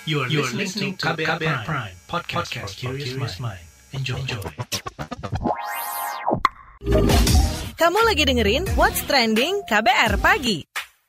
You are listening to KBR Prime, podcast for curious mind. Enjoy. Kamu lagi dengerin What's Trending KBR Pagi.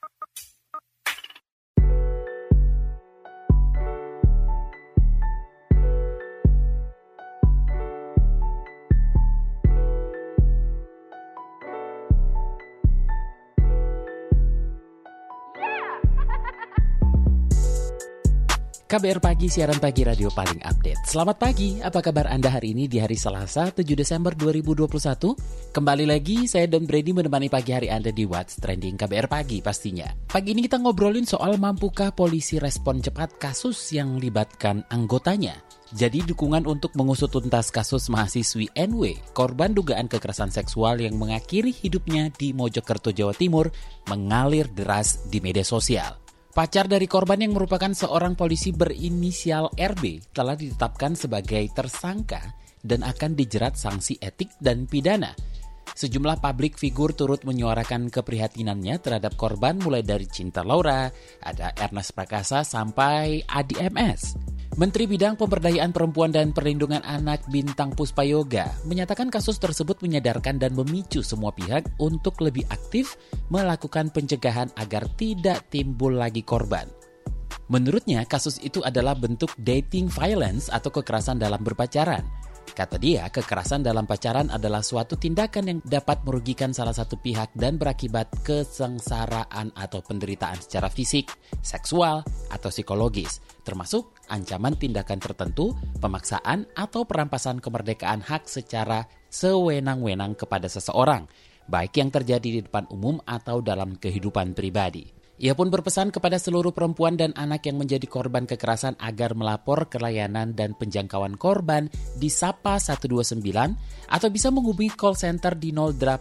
KBR Pagi, siaran pagi radio paling update. Selamat pagi, apa kabar Anda hari ini di hari Selasa 7 Desember 2021? Kembali lagi, saya Don Brady menemani pagi hari Anda di What's Trending KBR Pagi pastinya. Pagi ini kita ngobrolin soal mampukah polisi respon cepat kasus yang melibatkan anggotanya. Jadi dukungan untuk mengusut tuntas kasus mahasiswi NW, korban dugaan kekerasan seksual yang mengakhiri hidupnya di Mojokerto, Jawa Timur, mengalir deras di media sosial. Pacar dari korban yang merupakan seorang polisi berinisial RB telah ditetapkan sebagai tersangka dan akan dijerat sanksi etik dan pidana. Sejumlah publik figur turut menyuarakan keprihatinannya terhadap korban mulai dari Cinta Laura, ada Ernest Prakasa sampai Adi MS. Menteri Bidang Pemberdayaan Perempuan dan Perlindungan Anak Bintang Puspayoga menyatakan kasus tersebut menyadarkan dan memicu semua pihak untuk lebih aktif melakukan pencegahan agar tidak timbul lagi korban. Menurutnya, kasus itu adalah bentuk dating violence atau kekerasan dalam berpacaran. Kata dia, kekerasan dalam pacaran adalah suatu tindakan yang dapat merugikan salah satu pihak dan berakibat kesengsaraan atau penderitaan secara fisik, seksual, atau psikologis, termasuk ancaman tindakan tertentu, pemaksaan, atau perampasan kemerdekaan hak secara sewenang-wenang kepada seseorang, baik yang terjadi di depan umum atau dalam kehidupan pribadi. Ia pun berpesan kepada seluruh perempuan dan anak yang menjadi korban kekerasan agar melapor ke layanan dan penjangkauan korban di Sapa 129 atau bisa menghubungi call center di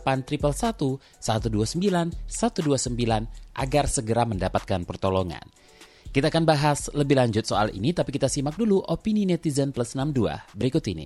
0811 129 129 agar segera mendapatkan pertolongan. Kita akan bahas lebih lanjut soal ini, tapi kita simak dulu opini netizen plus 62 berikut ini.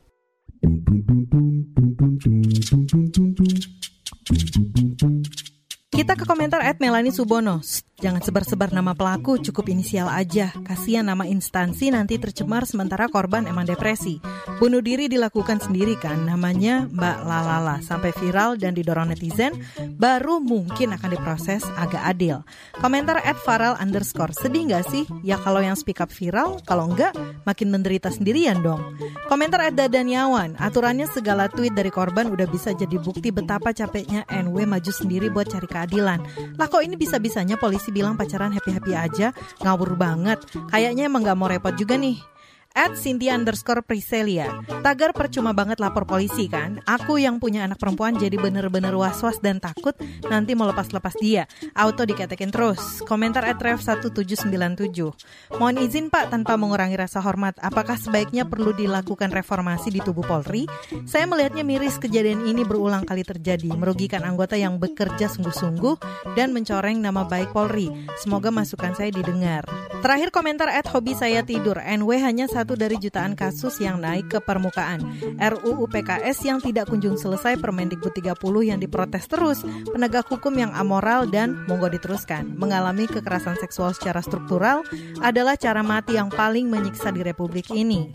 Kita ke komentar @Melani Subono. Jangan sebar-sebar nama pelaku, cukup inisial aja. Kasihan nama instansi nanti tercemar sementara korban emang depresi. Bunuh diri dilakukan sendiri kan, namanya Mbak Lalala. Sampai viral dan didorong netizen, baru mungkin akan diproses agak adil. Komentar @Farel_, sedih gak sih? Ya kalau yang speak up viral, kalau enggak makin menderita sendirian dong. Komentar @Dadaniawan, aturannya segala tweet dari korban udah bisa jadi bukti betapa capeknya NW maju sendiri buat cari keadilan. Lah kok ini bisa-bisanya polisi bilang pacaran happy-happy aja, ngawur banget. Kayaknya emang gak mau repot juga nih. @Cynthia_Priselia, tagar percuma banget lapor polisi kan. Aku yang punya anak perempuan jadi bener-bener was-was dan takut nanti mau lepas-lepas dia. Auto diketekin terus. Komentar @Rev1797, mohon izin Pak, tanpa mengurangi rasa hormat, apakah sebaiknya perlu dilakukan reformasi di tubuh Polri? Saya melihatnya miris kejadian ini berulang kali terjadi, merugikan anggota yang bekerja sungguh-sungguh dan mencoreng nama baik Polri. Semoga masukan saya didengar. Terakhir komentar @Hobi Saya Tidur, NW hanya satu dari jutaan kasus yang naik ke permukaan. RUU PKS yang tidak kunjung selesai, Permendikbud 30 yang diprotes terus, penegak hukum yang amoral dan monggo diteruskan. Mengalami kekerasan seksual secara struktural adalah cara mati yang paling menyiksa di Republik ini.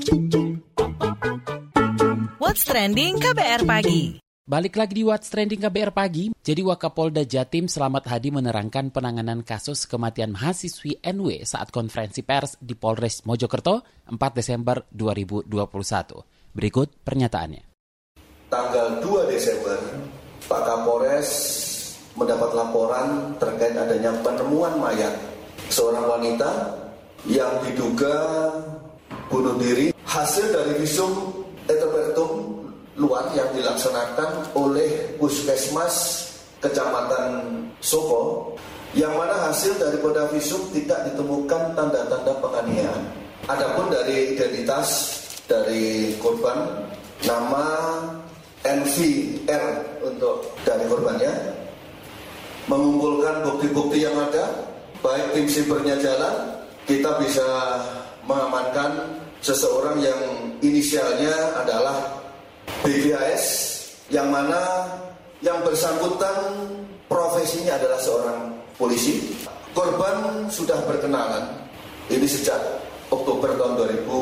What's Trending KBR Pagi. Balik lagi di What's Trending KBR Pagi. Jadi Wakapolda Jatim Slamet Hadi menerangkan penanganan kasus kematian mahasiswi NW saat konferensi pers di Polres Mojokerto 4 Desember 2021. Berikut pernyataannya. Tanggal 2 Desember, Pak Kapolres mendapat laporan terkait adanya penemuan mayat seorang wanita yang diduga bunuh diri hasil dari visum etropertum luar yang dilaksanakan oleh Puskesmas Kecamatan Sopo, yang mana hasil daripada visum tidak ditemukan tanda-tanda penganiayaan. Adapun dari identitas dari korban, nama NVR untuk dari korbannya, mengumpulkan bukti-bukti yang ada, baik tim sibernya jalan, kita bisa mengamankan seseorang yang inisialnya adalah BVAS, yang mana yang bersangkutan profesinya adalah seorang polisi. Korban sudah berkenalan Ini sejak Oktober tahun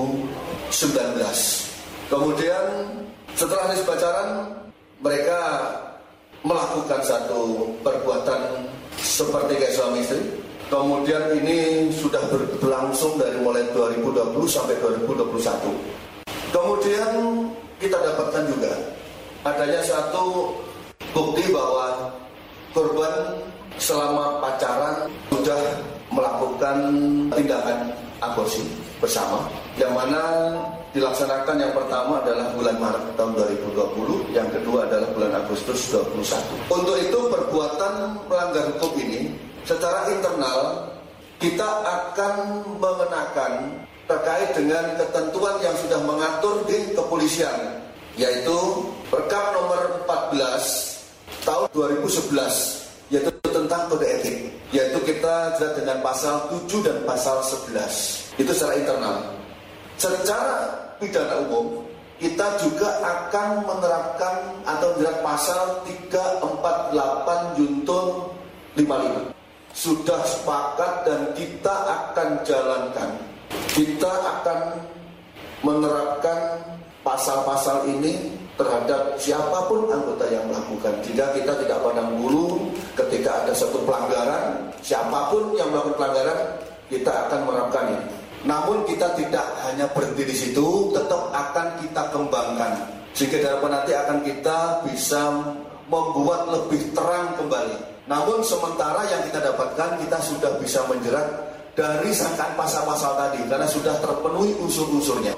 2019. Kemudian setelah habis pacaran, mereka melakukan satu perbuatan seperti kayak suami istri. Kemudian ini sudah berlangsung dari mulai 2020 sampai 2021. Kemudian kita dapatkan juga adanya satu bukti bahwa korban selama pacaran sudah melakukan tindakan aborsi bersama, yang mana dilaksanakan yang pertama adalah bulan Maret tahun 2020, yang kedua adalah bulan Agustus 2021. Untuk itu perbuatan melanggar hukum ini secara internal kita akan mengenakan terkait dengan ketentuan yang sudah mengatur di kepolisian, yaitu Perkap nomor 14 tahun 2011, yaitu tentang kode etik, yaitu kita jerat dengan pasal 7 dan pasal 11. Itu secara internal. Secara pidana umum, kita juga akan menerapkan atau jerat pasal 348 Junto 55. Sudah sepakat dan kita akan jalankan. Kita akan menerapkan pasal-pasal ini terhadap siapapun anggota yang melakukan. Jika kita tidak pandang bulu ketika ada satu pelanggaran, siapapun yang melakukan pelanggaran, kita akan menerapkan ini. Namun kita tidak hanya berhenti di situ, tetap akan kita kembangkan. Sehingga harapan nanti akan kita bisa membuat lebih terang kembali. Namun sementara yang kita dapatkan, kita sudah bisa menjerat dari sangkaan pasal-pasal tadi, karena sudah terpenuhi unsur-unsurnya.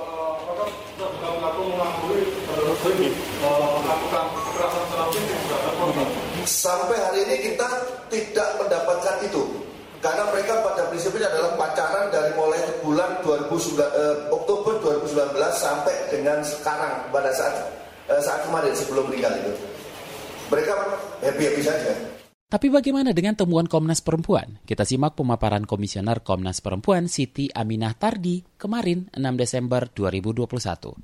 Sampai hari ini kita tidak mendapatkan itu, karena mereka pada prinsipnya adalah pacaran dari mulai bulan Oktober 2019 sampai dengan sekarang, pada saat kemarin sebelum meninggal itu. Mereka happy-happy saja. Tapi bagaimana dengan temuan Komnas Perempuan? Kita simak pemaparan Komisioner Komnas Perempuan Siti Aminah Tardi kemarin 6 Desember 2021.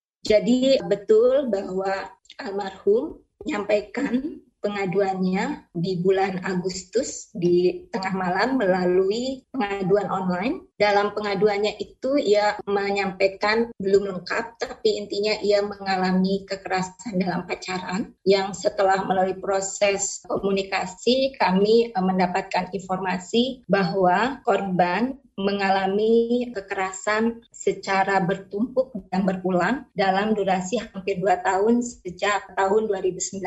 Jadi betul bahwa almarhum menyampaikan pengaduannya di bulan Agustus di tengah malam melalui pengaduan online. Dalam pengaduannya itu ia menyampaikan belum lengkap, tapi intinya ia mengalami kekerasan dalam pacaran yang setelah melalui proses komunikasi kami mendapatkan informasi bahwa korban mengalami kekerasan secara bertumpuk dan berulang dalam durasi hampir 2 tahun sejak tahun 2019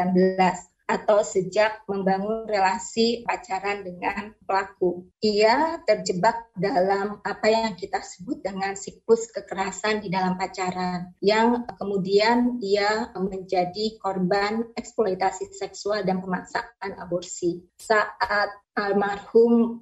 atau sejak membangun relasi pacaran dengan pelaku. Ia terjebak dalam apa yang kita sebut dengan siklus kekerasan di dalam pacaran, yang kemudian ia menjadi korban eksploitasi seksual dan pemaksaan aborsi. Saat almarhum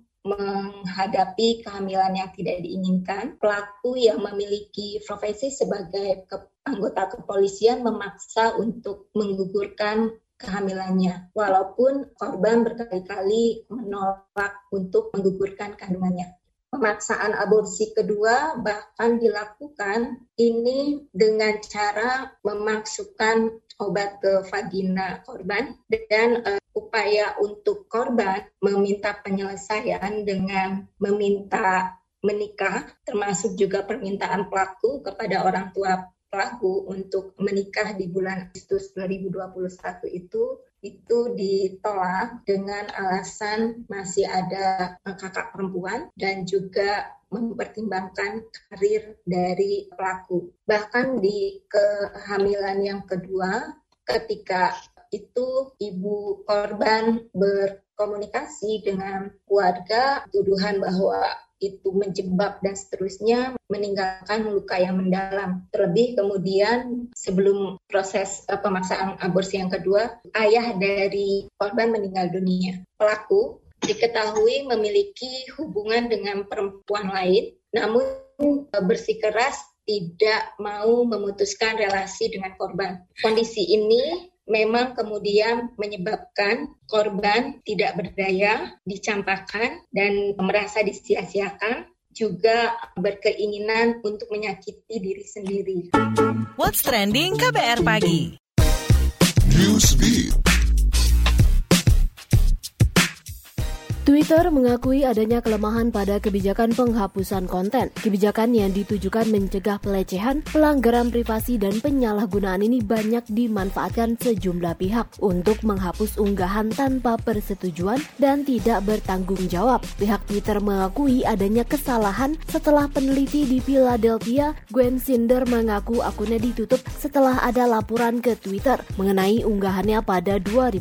menghadapi kehamilan yang tidak diinginkan, pelaku yang memiliki profesi sebagai anggota kepolisian memaksa untuk menggugurkan kehamilannya, walaupun korban berkali-kali menolak untuk menggugurkan kandungannya. Pemaksaan aborsi kedua bahkan dilakukan ini dengan cara memasukkan obat ke vagina korban, dan upaya untuk korban meminta penyelesaian dengan meminta menikah, termasuk juga permintaan pelaku kepada orang tua pelaku untuk menikah di bulan Agustus 2021 itu ditolak dengan alasan masih ada kakak perempuan dan juga mempertimbangkan karir dari pelaku. Bahkan di kehamilan yang kedua, ketika itu ibu korban berkomunikasi dengan keluarga, tuduhan bahwa itu menjebak dan seterusnya, meninggalkan luka yang mendalam. Terlebih kemudian sebelum proses pemaksaan aborsi yang kedua, ayah dari korban meninggal dunia. Pelaku diketahui memiliki hubungan dengan perempuan lain, namun bersikeras tidak mau memutuskan relasi dengan korban. Kondisi ini memang kemudian menyebabkan korban tidak berdaya, dicampakkan, dan merasa disia-siakan, juga berkeinginan untuk menyakiti diri sendiri. What's Trending KBR Pagi. Newsbeat. Twitter mengakui adanya kelemahan pada kebijakan penghapusan konten. Kebijakan yang ditujukan mencegah pelecehan, pelanggaran privasi dan penyalahgunaan ini banyak dimanfaatkan sejumlah pihak untuk menghapus unggahan tanpa persetujuan dan tidak bertanggung jawab. Pihak Twitter mengakui adanya kesalahan setelah peneliti di Philadelphia, Gwen Cinder, mengaku akunnya ditutup setelah ada laporan ke Twitter mengenai unggahannya pada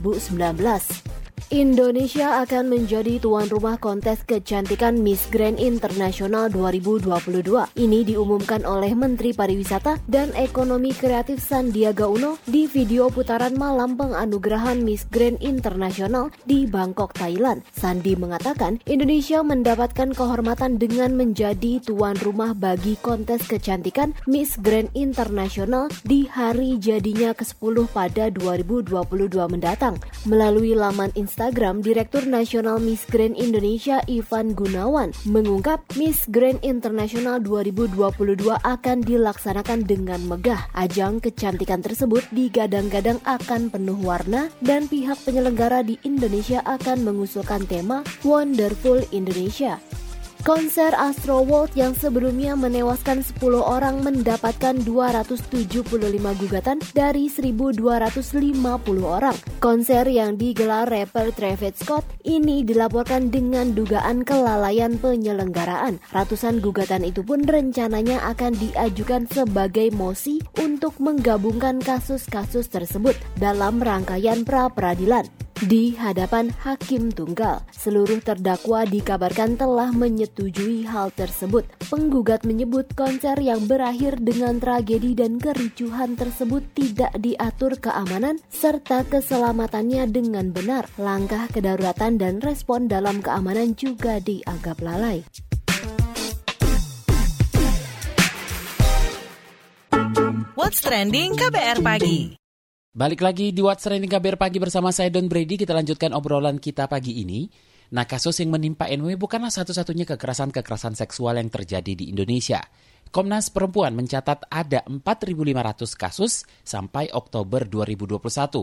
2019. Indonesia akan menjadi tuan rumah kontes kecantikan Miss Grand International 2022. Ini diumumkan oleh Menteri Pariwisata dan Ekonomi Kreatif Sandiaga Uno di video putaran malam penganugerahan Miss Grand International di Bangkok, Thailand. Sandi mengatakan Indonesia mendapatkan kehormatan dengan menjadi tuan rumah bagi kontes kecantikan Miss Grand International di hari jadinya ke-10 pada 2022 mendatang. Melalui laman Instagram, Direktur Nasional Miss Grand Indonesia Ivan Gunawan mengungkap Miss Grand International 2022 akan dilaksanakan dengan megah. Ajang kecantikan tersebut digadang-gadang akan penuh warna dan pihak penyelenggara di Indonesia akan mengusulkan tema Wonderful Indonesia. Konser Astroworld yang sebelumnya menewaskan 10 orang mendapatkan 275 gugatan dari 1.250 orang. Konser yang digelar rapper Travis Scott ini dilaporkan dengan dugaan kelalaian penyelenggaraan. Ratusan gugatan itu pun rencananya akan diajukan sebagai mosi untuk menggabungkan kasus-kasus tersebut dalam rangkaian pra-peradilan. Di hadapan hakim tunggal, seluruh terdakwa dikabarkan telah menyetujui hal tersebut. Penggugat menyebut konser yang berakhir dengan tragedi dan kericuhan tersebut tidak diatur keamanan serta keselamatannya dengan benar. Langkah kedaruratan dan respon dalam keamanan juga dianggap lalai. What's Trending KBR Pagi. Balik lagi di What's Trending KBR Pagi bersama saya Don Brady. Kita lanjutkan obrolan kita pagi ini. Nah, kasus yang menimpa NW bukanlah satu-satunya kekerasan seksual yang terjadi di Indonesia. Komnas Perempuan mencatat ada 4.500 kasus sampai Oktober 2021.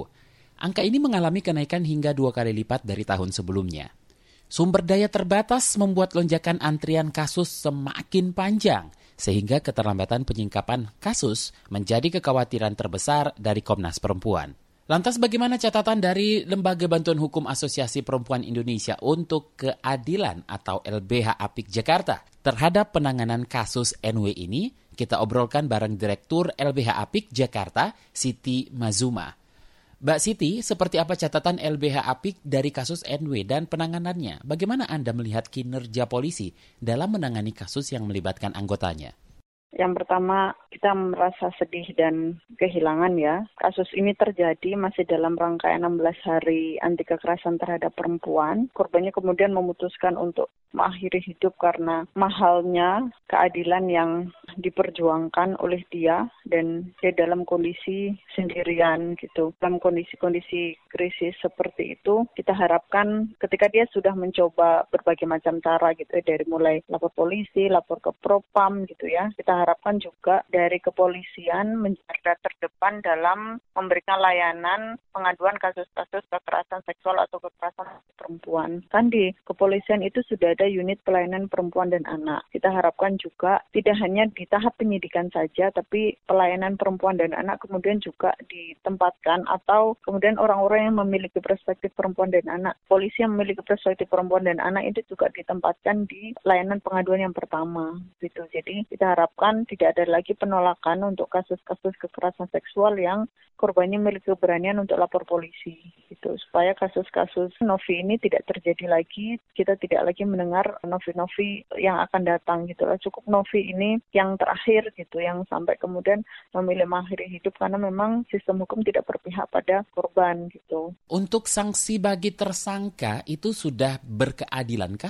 Angka ini mengalami kenaikan hingga 2 kali lipat dari tahun sebelumnya. Sumber daya terbatas membuat lonjakan antrian kasus semakin panjang, sehingga keterlambatan penyingkapan kasus menjadi kekhawatiran terbesar dari Komnas Perempuan. Lantas bagaimana catatan dari Lembaga Bantuan Hukum Asosiasi Perempuan Indonesia untuk Keadilan atau LBH Apik Jakarta terhadap penanganan kasus NW ini? Kita obrolkan bareng Direktur LBH Apik Jakarta, Siti Mazuma. Mbak Siti, seperti apa catatan LBH Apik dari kasus NW dan penanganannya? Bagaimana Anda melihat kinerja polisi dalam menangani kasus yang melibatkan anggotanya? Yang pertama, kita merasa sedih dan kehilangan ya. Kasus ini terjadi masih dalam rangkaian 16 hari anti kekerasan terhadap perempuan. Korbannya kemudian memutuskan untuk mengakhiri hidup karena mahalnya keadilan yang diperjuangkan oleh dia, dan dia dalam kondisi sendirian gitu. Dalam kondisi-kondisi krisis seperti itu, kita harapkan ketika dia sudah mencoba berbagai macam cara gitu, dari mulai lapor polisi, lapor ke Propam gitu ya. Kita harapkan juga dari kepolisian menjadi terdepan dalam memberikan layanan pengaduan kasus-kasus kekerasan seksual atau kekerasan perempuan. Kan di kepolisian itu sudah ada unit pelayanan perempuan dan anak. Kita harapkan juga tidak hanya di tahap penyidikan saja, tapi pelayanan perempuan dan anak kemudian juga ditempatkan, atau kemudian orang-orang yang memiliki perspektif perempuan dan anak, polisi yang memiliki perspektif perempuan dan anak itu juga ditempatkan di layanan pengaduan yang pertama gitu. Jadi kita harapkan tidak ada lagi penolakan untuk kasus-kasus kekerasan seksual yang korbannya memiliki keberanian untuk lapor polisi gitu, supaya kasus-kasus Novi ini tidak terjadi lagi. Kita tidak lagi mendengar Novi-Novi yang akan datang gitu lah. Cukup Novi ini yang terakhir gitu, yang sampai kemudian memilih mengakhiri hidup karena memang sistem hukum tidak berpihak pada korban gitu. Untuk sanksi bagi tersangka itu sudah berkeadilankah?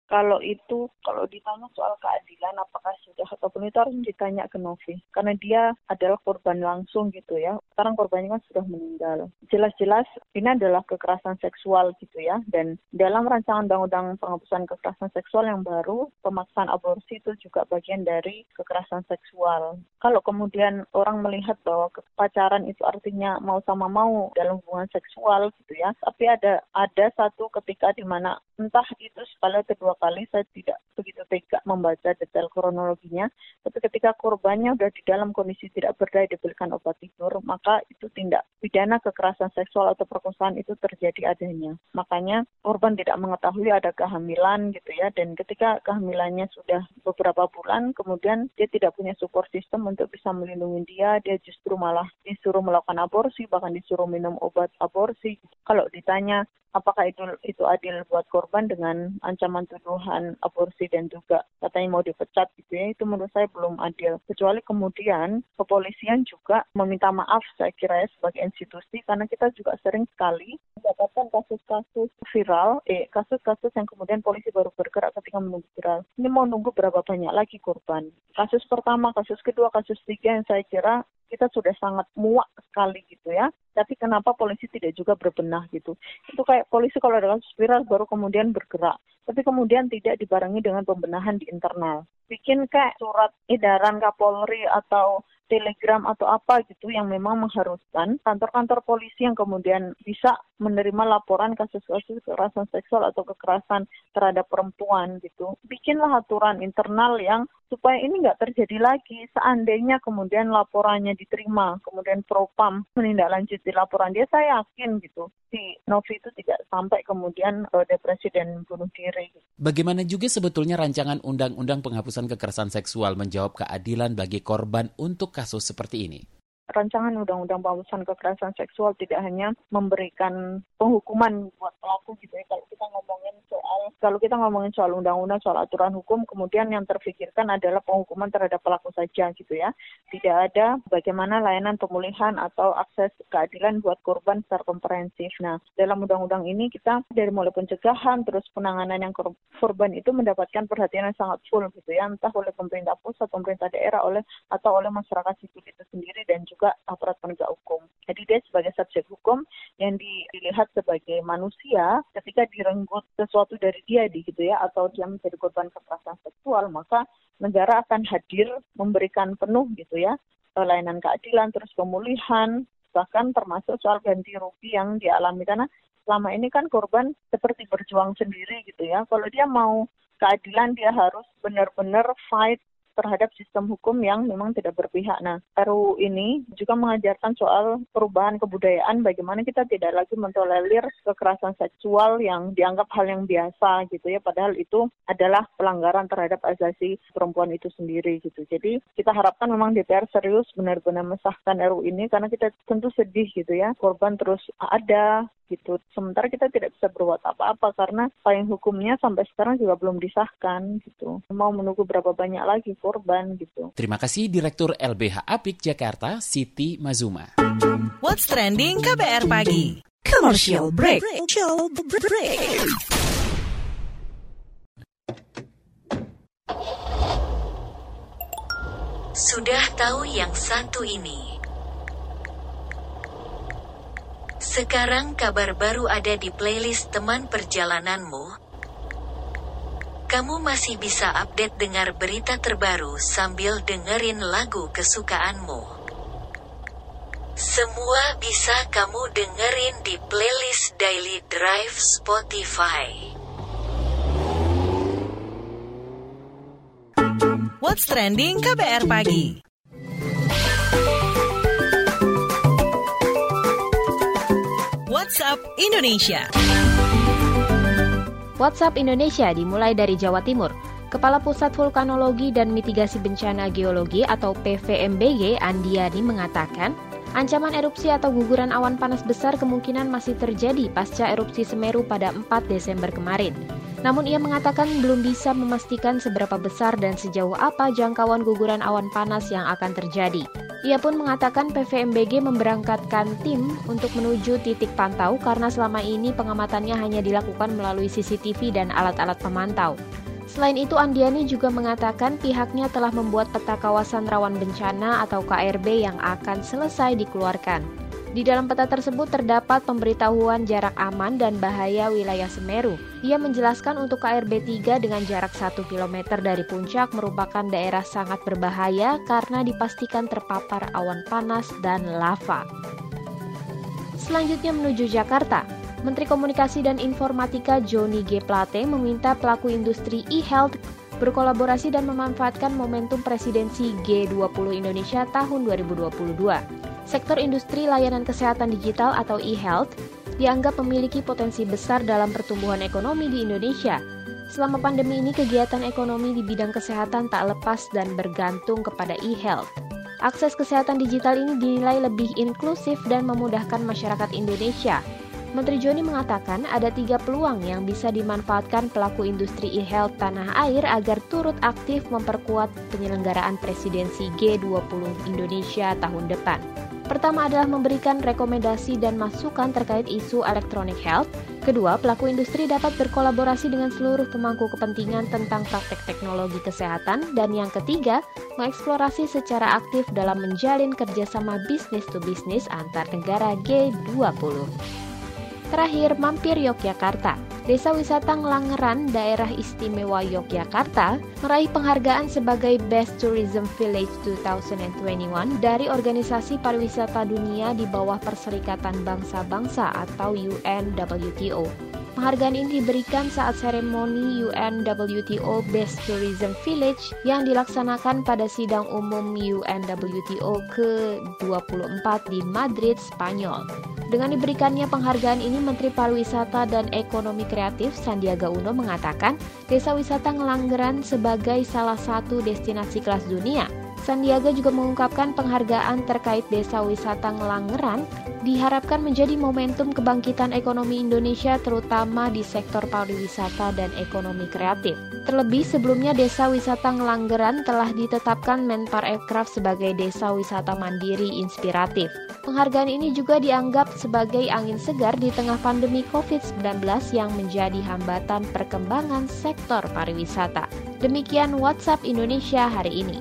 Kalau ditanya soal keadilan apakah sudah ataupun itu harus ditanya ke Novi. Karena dia adalah korban langsung gitu ya. Sekarang korbannya kan sudah meninggal. Jelas-jelas ini adalah kekerasan seksual gitu ya. Dan dalam rancangan undang-undang penghapusan kekerasan seksual yang baru, pemaksaan aborsi itu juga bagian dari kekerasan seksual. Kalau kemudian orang melihat bahwa pacaran itu artinya mau sama mau dalam hubungan seksual gitu ya. Tapi ada satu ketika di mana entah itu sekali atau dua kali, saya tidak begitu tega membaca detail kronologinya, tapi ketika korbannya sudah di dalam kondisi tidak berdaya diberikan obat tidur, maka itu tindak pidana kekerasan seksual atau perkosaan itu terjadi adanya. Makanya korban tidak mengetahui ada kehamilan gitu ya, dan ketika kehamilannya sudah beberapa bulan, kemudian dia tidak punya support system untuk bisa melindungi dia justru malah disuruh melakukan aborsi, bahkan disuruh minum obat aborsi. Kalau ditanya apakah itu adil buat korban dengan ancaman tuduhan aborsi dan juga katanya mau dipecat gitu ya, itu menurut saya belum adil. Kecuali kemudian kepolisian juga meminta maaf saya kira ya sebagai institusi, karena kita juga sering sekali mendapatkan kasus-kasus viral, kasus-kasus yang kemudian polisi baru bergerak ketika menunggu viral. Ini mau nunggu berapa banyak lagi korban. Kasus pertama, kasus kedua, kasus tiga yang saya kira kita sudah sangat muak sekali gitu ya. Tapi kenapa polisi tidak juga berbenah gitu. Itu kayak polisi kalau ada kasus viral baru kemudian bergerak. Tapi kemudian tidak dibarengi dengan pembenahan di internal. Bikin kayak surat edaran Kapolri atau telegram atau apa gitu yang memang mengharuskan kantor-kantor polisi yang kemudian bisa menerima laporan kasus-kasus kekerasan seksual atau kekerasan terhadap perempuan gitu. Bikinlah aturan internal yang supaya ini nggak terjadi lagi. Seandainya kemudian laporannya diterima, kemudian Propam menindaklanjuti laporan dia, saya yakin gitu si Novi itu tidak sampai kemudian depresi dan bunuh diri. Bagaimana juga sebetulnya rancangan undang-undang penghapusan kekerasan seksual menjawab keadilan bagi korban untuk kasus seperti ini? Rancangan undang-undang penghapusan kekerasan seksual tidak hanya memberikan penghukuman buat pelaku gitu ya. Kalau kita ngomongin soal undang-undang, soal aturan hukum, kemudian yang terfikirkan adalah penghukuman terhadap pelaku saja gitu ya. Tidak ada bagaimana layanan pemulihan atau akses keadilan buat korban secara komprehensif. Nah, dalam undang-undang ini kita dari mulai pencegahan terus penanganan yang korban itu mendapatkan perhatian yang sangat full gitu ya, entah oleh pemerintah pusat, pemerintah daerah, atau oleh masyarakat sipil itu sendiri dan juga aparat penegak hukum. Jadi dia sebagai subjek hukum yang dilihat sebagai manusia, ketika direnggut sesuatu dari dia gitu ya, atau dia menjadi korban kekerasan seksual, maka negara akan hadir memberikan penuh gitu ya layanan keadilan, terus pemulihan, bahkan termasuk soal ganti rugi yang dialami, karena selama ini kan korban seperti berjuang sendiri gitu ya. Kalau dia mau keadilan, dia harus benar-benar fight terhadap sistem hukum yang memang tidak berpihak. Nah, RUU ini juga mengajarkan soal perubahan kebudayaan, bagaimana kita tidak lagi mentolerir kekerasan seksual yang dianggap hal yang biasa gitu ya, padahal itu adalah pelanggaran terhadap asasi perempuan itu sendiri gitu. Jadi kita harapkan memang DPR serius benar-benar mensahkan RUU ini, karena kita tentu sedih gitu ya, korban terus ada gitu. Sementara kita tidak bisa berbuat apa-apa karena payung hukumnya sampai sekarang juga belum disahkan gitu. Mau menunggu berapa banyak lagi korban gitu. Terima kasih Direktur LBH Apik Jakarta, Siti Mazuma. What's Trending KBR Pagi. Commercial break. Sudah tahu yang satu ini? Sekarang kabar baru ada di playlist teman perjalananmu. Kamu masih bisa update dengar berita terbaru sambil dengerin lagu kesukaanmu. Semua bisa kamu dengerin di playlist Daily Drive Spotify. What's Trending KBR Pagi. WhatsApp Indonesia. WhatsApp Indonesia dimulai dari Jawa Timur. Kepala Pusat Vulkanologi dan Mitigasi Bencana Geologi atau PVMBG Andiani mengatakan, ancaman erupsi atau guguran awan panas besar kemungkinan masih terjadi pasca erupsi Semeru pada 4 Desember kemarin. Namun ia mengatakan belum bisa memastikan seberapa besar dan sejauh apa jangkauan guguran awan panas yang akan terjadi. Ia pun mengatakan PVMBG memberangkatkan tim untuk menuju titik pantau karena selama ini pengamatannya hanya dilakukan melalui CCTV dan alat-alat pemantau. Selain itu, Andiani juga mengatakan pihaknya telah membuat peta kawasan rawan bencana atau KRB yang akan selesai dikeluarkan. Di dalam peta tersebut terdapat pemberitahuan jarak aman dan bahaya wilayah Semeru. Ia menjelaskan untuk KRB 3 dengan jarak 1 km dari puncak merupakan daerah sangat berbahaya karena dipastikan terpapar awan panas dan lava. Selanjutnya menuju Jakarta. Menteri Komunikasi dan Informatika Johnny G. Plate meminta pelaku industri e-health berkolaborasi dan memanfaatkan momentum presidensi G20 Indonesia tahun 2022. Sektor industri layanan kesehatan digital atau e-health dianggap memiliki potensi besar dalam pertumbuhan ekonomi di Indonesia. Selama pandemi ini, kegiatan ekonomi di bidang kesehatan tak lepas dan bergantung kepada e-health. Akses kesehatan digital ini dinilai lebih inklusif dan memudahkan masyarakat Indonesia. Menteri Joni mengatakan ada 3 peluang yang bisa dimanfaatkan pelaku industri e-health tanah air agar turut aktif memperkuat penyelenggaraan presidensi G20 Indonesia tahun depan. Pertama adalah memberikan rekomendasi dan masukan terkait isu electronic health. Kedua, pelaku industri dapat berkolaborasi dengan seluruh pemangku kepentingan tentang praktek teknologi kesehatan. Dan yang ketiga, mengeksplorasi secara aktif dalam menjalin kerjasama bisnis to bisnis antar negara G20. Terakhir, mampir Yogyakarta. Desa Wisata Ngelangeran, Daerah Istimewa Yogyakarta, meraih penghargaan sebagai Best Tourism Village 2021 dari Organisasi Pariwisata Dunia di bawah Perserikatan Bangsa-Bangsa atau UNWTO. Penghargaan ini diberikan saat seremoni UNWTO Best Tourism Village yang dilaksanakan pada sidang umum UNWTO ke-24 di Madrid, Spanyol. Dengan diberikannya penghargaan ini, Menteri Pariwisata dan Ekonomi Kreatif Sandiaga Uno mengatakan Desa Wisata Ngelangeran sebagai salah satu destinasi kelas dunia. Sandiaga juga mengungkapkan penghargaan terkait Desa Wisata Ngelangeran diharapkan menjadi momentum kebangkitan ekonomi Indonesia terutama di sektor pariwisata dan ekonomi kreatif. Terlebih sebelumnya Desa Wisata Ngelangeran telah ditetapkan Menparekraf sebagai Desa Wisata Mandiri Inspiratif. Penghargaan ini juga dianggap sebagai angin segar di tengah pandemi COVID-19 yang menjadi hambatan perkembangan sektor pariwisata. Demikian WhatsApp Indonesia hari ini.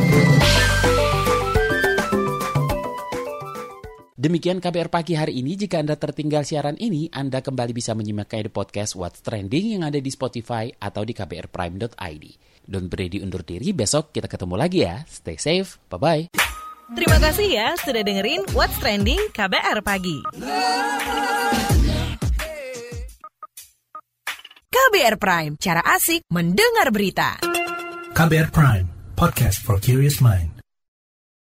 Demikian KBR Pagi hari ini. Jika Anda tertinggal siaran ini, Anda kembali bisa menyimak di podcast What's Trending yang ada di Spotify atau di kbrprime.id. Don't Brady undur diri, besok kita ketemu lagi ya. Stay safe, bye-bye. Terima kasih ya sudah dengerin What's Trending KBR Pagi. KBR Prime, cara asik mendengar berita. KBR Prime, podcast for curious mind.